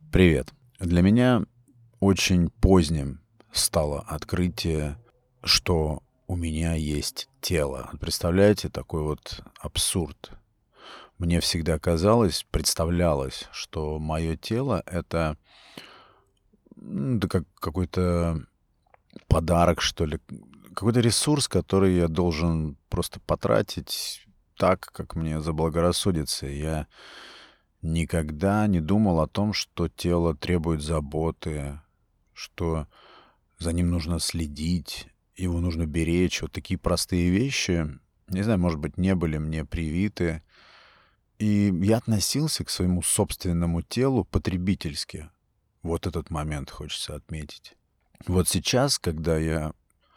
Привет. Для меня очень поздним стало открытие, что у меня есть тело. Представляете, такой вот абсурд. Мне всегда казалось, представлялось, что мое тело — это да как какой-то подарок, что ли, какой-то ресурс, который я должен просто потратить так, как мне заблагорассудится. Я никогда не думал о том, что тело требует заботы, что за ним нужно следить, его нужно беречь. Вот такие простые вещи, не знаю, может быть, не были мне привиты. И я относился к своему собственному телу потребительски. Вот этот момент хочется отметить. Вот сейчас, когда я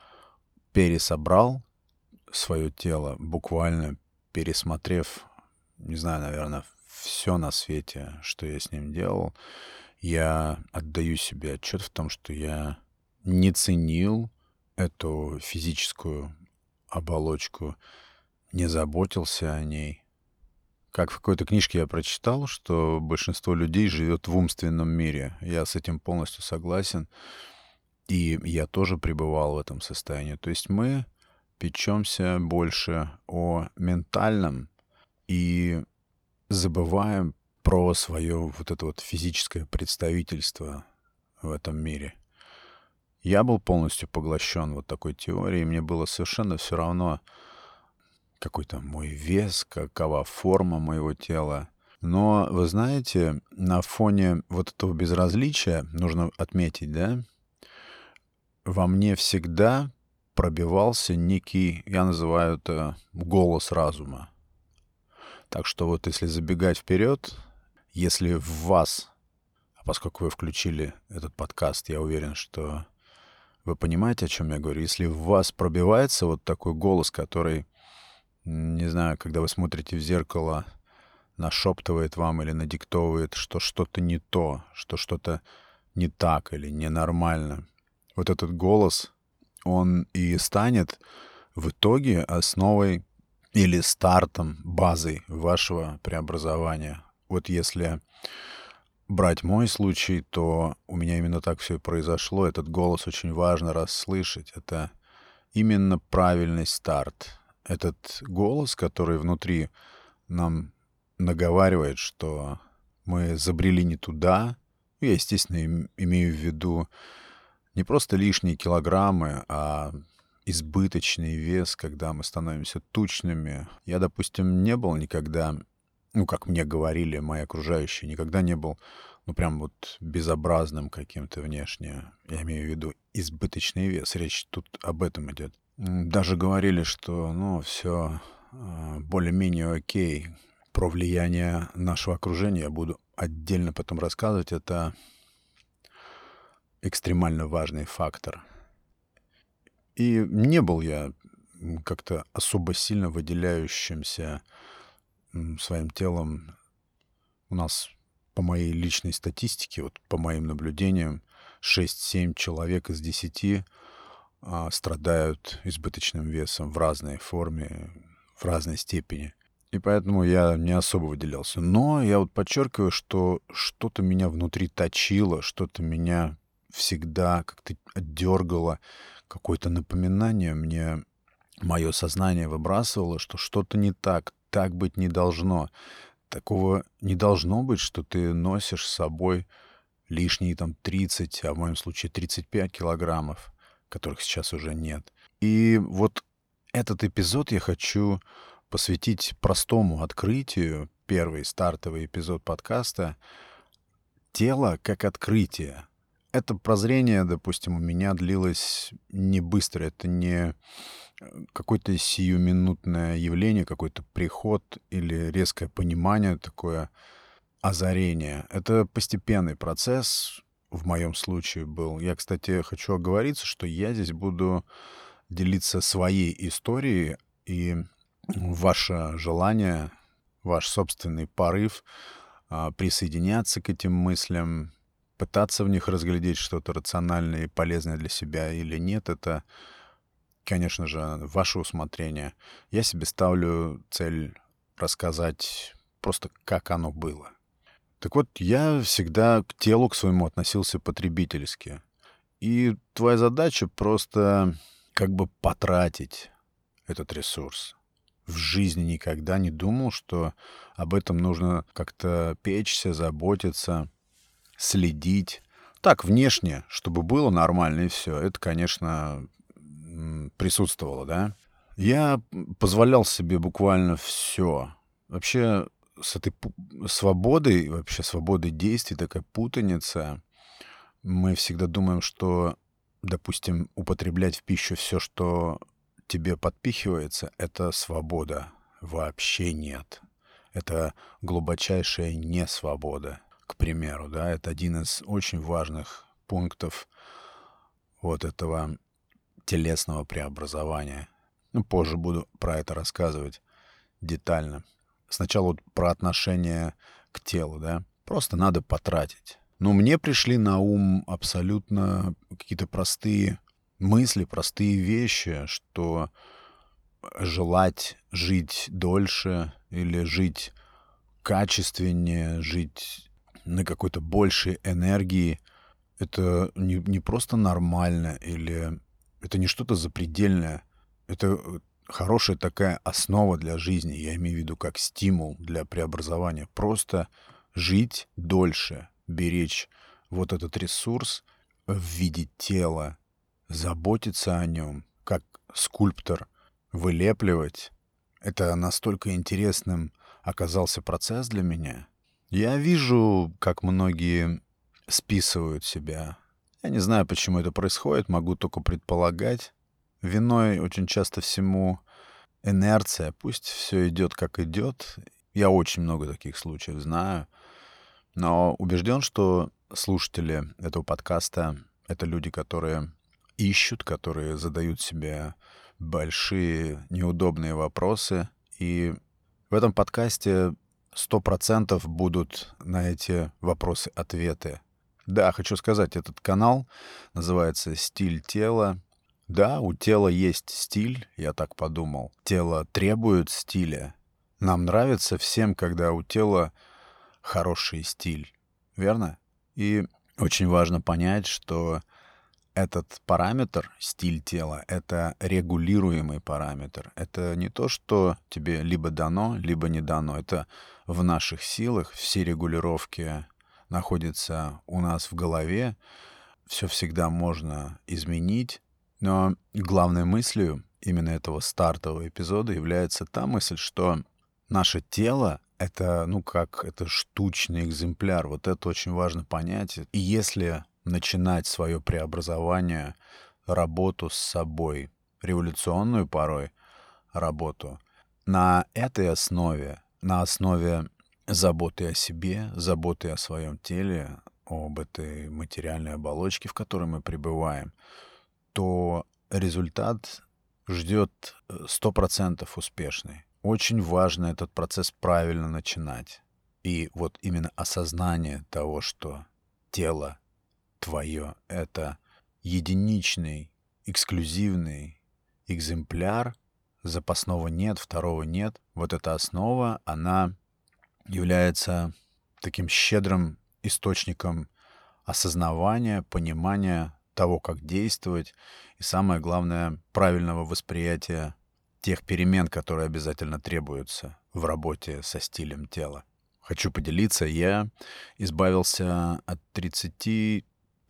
пересобрал свое тело, буквально пересмотрев, не знаю, наверное, все на свете, что я с ним делал, я отдаю себе отчет в том, что я не ценил эту физическую оболочку, не заботился о ней. Как в какой-то книжке я прочитал, что большинство людей живет в умственном мире. Я с этим полностью согласен. И я тоже пребывал в этом состоянии. То есть мы печемся больше о ментальном и забываем про свое вот это вот физическое представительство в этом мире. Я был полностью поглощен вот такой теорией, мне было совершенно все равно, какой там мой вес, какова форма моего тела. Но, вы знаете, на фоне вот этого безразличия, нужно отметить, да, во мне всегда пробивался некий, я называю это, голос разума. Так что вот если забегать вперед, если в вас, а поскольку вы включили этот подкаст, я уверен, что вы понимаете, о чем я говорю. Если в вас пробивается вот такой голос, который, не знаю, когда вы смотрите в зеркало, нашептывает вам или надиктовывает, что что-то не то, что что-то не так или ненормально. Вот этот голос, он и станет в итоге основой или стартом, базой вашего преобразования. Вот если брать мой случай, то у меня именно так все и произошло. Этот голос очень важно расслышать. Это именно правильный старт. Этот голос, который внутри нам наговаривает, что мы забрели не туда. Я, естественно, имею в виду не просто лишние килограммы, а избыточный вес, когда мы становимся тучными. Я, допустим, не был никогда, ну, как мне говорили мои окружающие, никогда не был, ну, прям вот безобразным каким-то внешне. Я имею в виду избыточный вес. Речь тут об этом идет. Даже говорили, что, ну, все более-менее окей. Про влияние нашего окружения я буду отдельно потом рассказывать. Это экстремально важный фактор. И не был я как-то особо сильно выделяющимся своим телом. У нас, по моей личной статистике, вот по моим наблюдениям, 6-7 человек из 10 страдают избыточным весом в разной форме, в разной степени. И поэтому я не особо выделялся. Но я вот подчеркиваю, что что-то меня внутри точило, что-то меня всегда как-то дергало, какое-то напоминание мне мое сознание выбрасывало, что что-то не так, так быть не должно. Такого не должно быть, что ты носишь с собой лишние там 30, а в моем случае 35 килограммов, которых сейчас уже нет. И вот этот эпизод я хочу посвятить простому открытию, первый стартовый эпизод подкаста «Тело как открытие». Это прозрение, допустим, у меня длилось не быстро, это не какое-то сиюминутное явление, какой-то приход или резкое понимание, такое озарение. Это постепенный процесс в моем случае был. Я, кстати, хочу оговориться, что я здесь буду делиться своей историей, и ваше желание, ваш собственный порыв присоединяться к этим мыслям, пытаться в них разглядеть что-то рациональное и полезное для себя или нет, это, конечно же, ваше усмотрение. Я себе ставлю цель рассказать просто, как оно было. Так вот, я всегда к телу к своему относился потребительски. И твоя задача просто как бы потратить этот ресурс. В жизни никогда не думал, что об этом нужно как-то печься, заботиться, следить. Так, внешне, чтобы было нормально и все. Это, конечно, присутствовало, да. Я позволял себе буквально все. Вообще с этой свободой, вообще свободой действий такая путаница. Мы всегда думаем, что, допустим, употреблять в пищу все, что тебе подпихивается, это свобода. Вообще нет. Это глубочайшая несвобода, к примеру, да. Это один из очень важных пунктов вот этого телесного преобразования. Ну, позже буду про это рассказывать детально. Сначала вот про отношение к телу, да. Просто надо потратить. Но мне пришли на ум абсолютно какие-то простые мысли, простые вещи, что желать жить дольше или жить качественнее, жить на какой-то большей энергии, это не просто нормально или это не что-то запредельное. Это хорошая такая основа для жизни. Я имею в виду как стимул для преобразования. Просто жить дольше, беречь вот этот ресурс в виде тела, заботиться о нем, как скульптор, вылепливать. Это настолько интересным оказался процесс для меня. Я вижу, как многие списывают себя. Я не знаю, почему это происходит, могу только предполагать. Виной очень часто всему инерция. Пусть все идет, как идет. Я очень много таких случаев знаю. Но убежден, что слушатели этого подкаста — это люди, которые ищут, которые задают себе большие неудобные вопросы. И в этом подкасте 100% будут на эти вопросы ответы. Да, хочу сказать, этот канал называется «Стиль тела». Да, у тела есть стиль, я так подумал. Тело требует стиля. Нам нравится всем, когда у тела хороший стиль, верно? И очень важно понять, что этот параметр, стиль тела, это регулируемый параметр. Это не то, что тебе либо дано, либо не дано. Это в наших силах. Все регулировки находятся у нас в голове. Все всегда можно изменить. Но главной мыслью именно этого стартового эпизода является та мысль, что наше тело — это, ну, как это штучный экземпляр. Вот это очень важно понять. И если начинать свое преобразование, работу с собой, революционную порой работу, на этой основе, на основе заботы о себе, заботы о своем теле, об этой материальной оболочке, в которой мы пребываем, то результат ждет 100% успешный. Очень важно этот процесс правильно начинать. И вот именно осознание того, что тело твое — это единичный, эксклюзивный экземпляр, запасного нет, второго нет. Вот эта основа, она является таким щедрым источником осознавания, понимания того, как действовать, и самое главное, правильного восприятия тех перемен, которые обязательно требуются в работе со стилем тела. Хочу поделиться, я избавился от 30,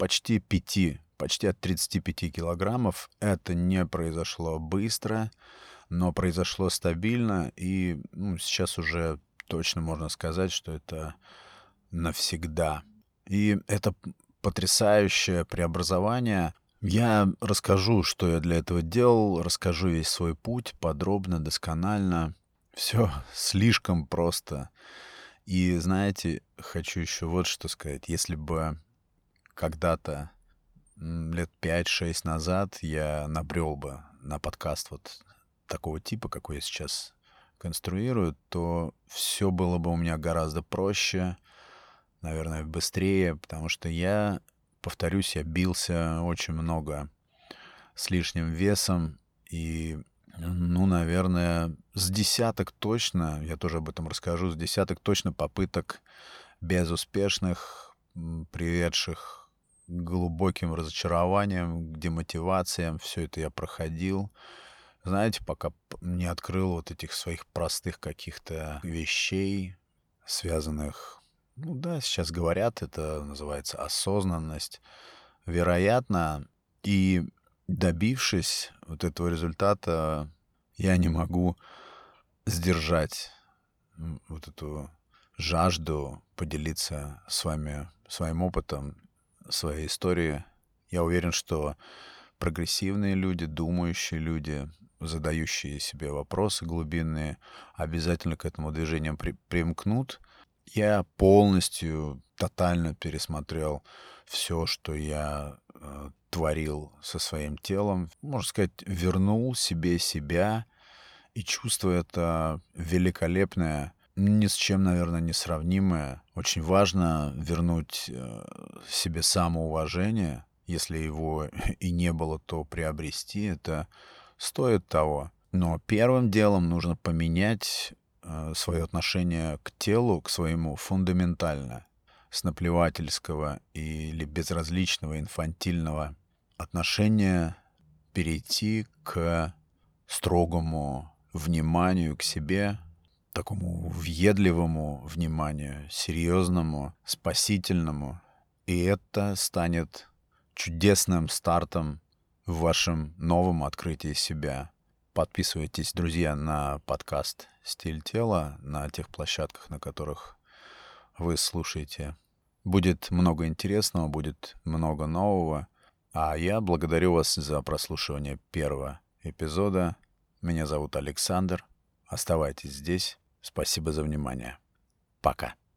почти от 35 килограммов. Это не произошло быстро, но произошло стабильно, и сейчас уже точно можно сказать, что это навсегда. И это потрясающее преобразование. Я расскажу, что я для этого делал, расскажу весь свой путь подробно, досконально. Все слишком просто. И знаете, хочу еще вот что сказать. Если бы когда-то, лет 5-6 назад, я набрел бы на подкаст вот такого типа, какой я сейчас конструирую, то все было бы у меня гораздо проще, наверное, быстрее, потому что я, повторюсь, я бился очень много с лишним весом, и, наверное, с десяток точно, я тоже об этом расскажу, с десяток точно попыток безуспешных, приведших к глубоким разочарованиям, к демотивациям. Все это я проходил. Знаете, пока не открыл вот этих своих простых каких-то вещей, связанных, ну да, сейчас говорят, это называется осознанность. Вероятно, и добившись вот этого результата, я не могу сдержать вот эту жажду поделиться с вами своим опытом, своей историей. Я уверен, что прогрессивные люди, думающие люди, задающие себе вопросы глубинные, обязательно к этому движению примкнут. Я полностью, тотально пересмотрел все, что я творил со своим телом. Можно сказать, вернул себе себя, и чувство это великолепное, ни с чем, наверное, не сравнимое. Очень важно вернуть себе самоуважение. Если его и не было, то приобрести это стоит того. Но первым делом нужно поменять свое отношение к телу, к своему фундаментально. С наплевательского или безразличного, инфантильного отношения перейти к строгому вниманию к себе, такому въедливому вниманию, серьезному, спасительному. И это станет чудесным стартом в вашем новом открытии себя. Подписывайтесь, друзья, на подкаст «Стиль тела» на тех площадках, на которых вы слушаете. Будет много интересного, будет много нового. А я благодарю вас за прослушивание первого эпизода. Меня зовут Александр. Оставайтесь здесь. Спасибо за внимание. Пока.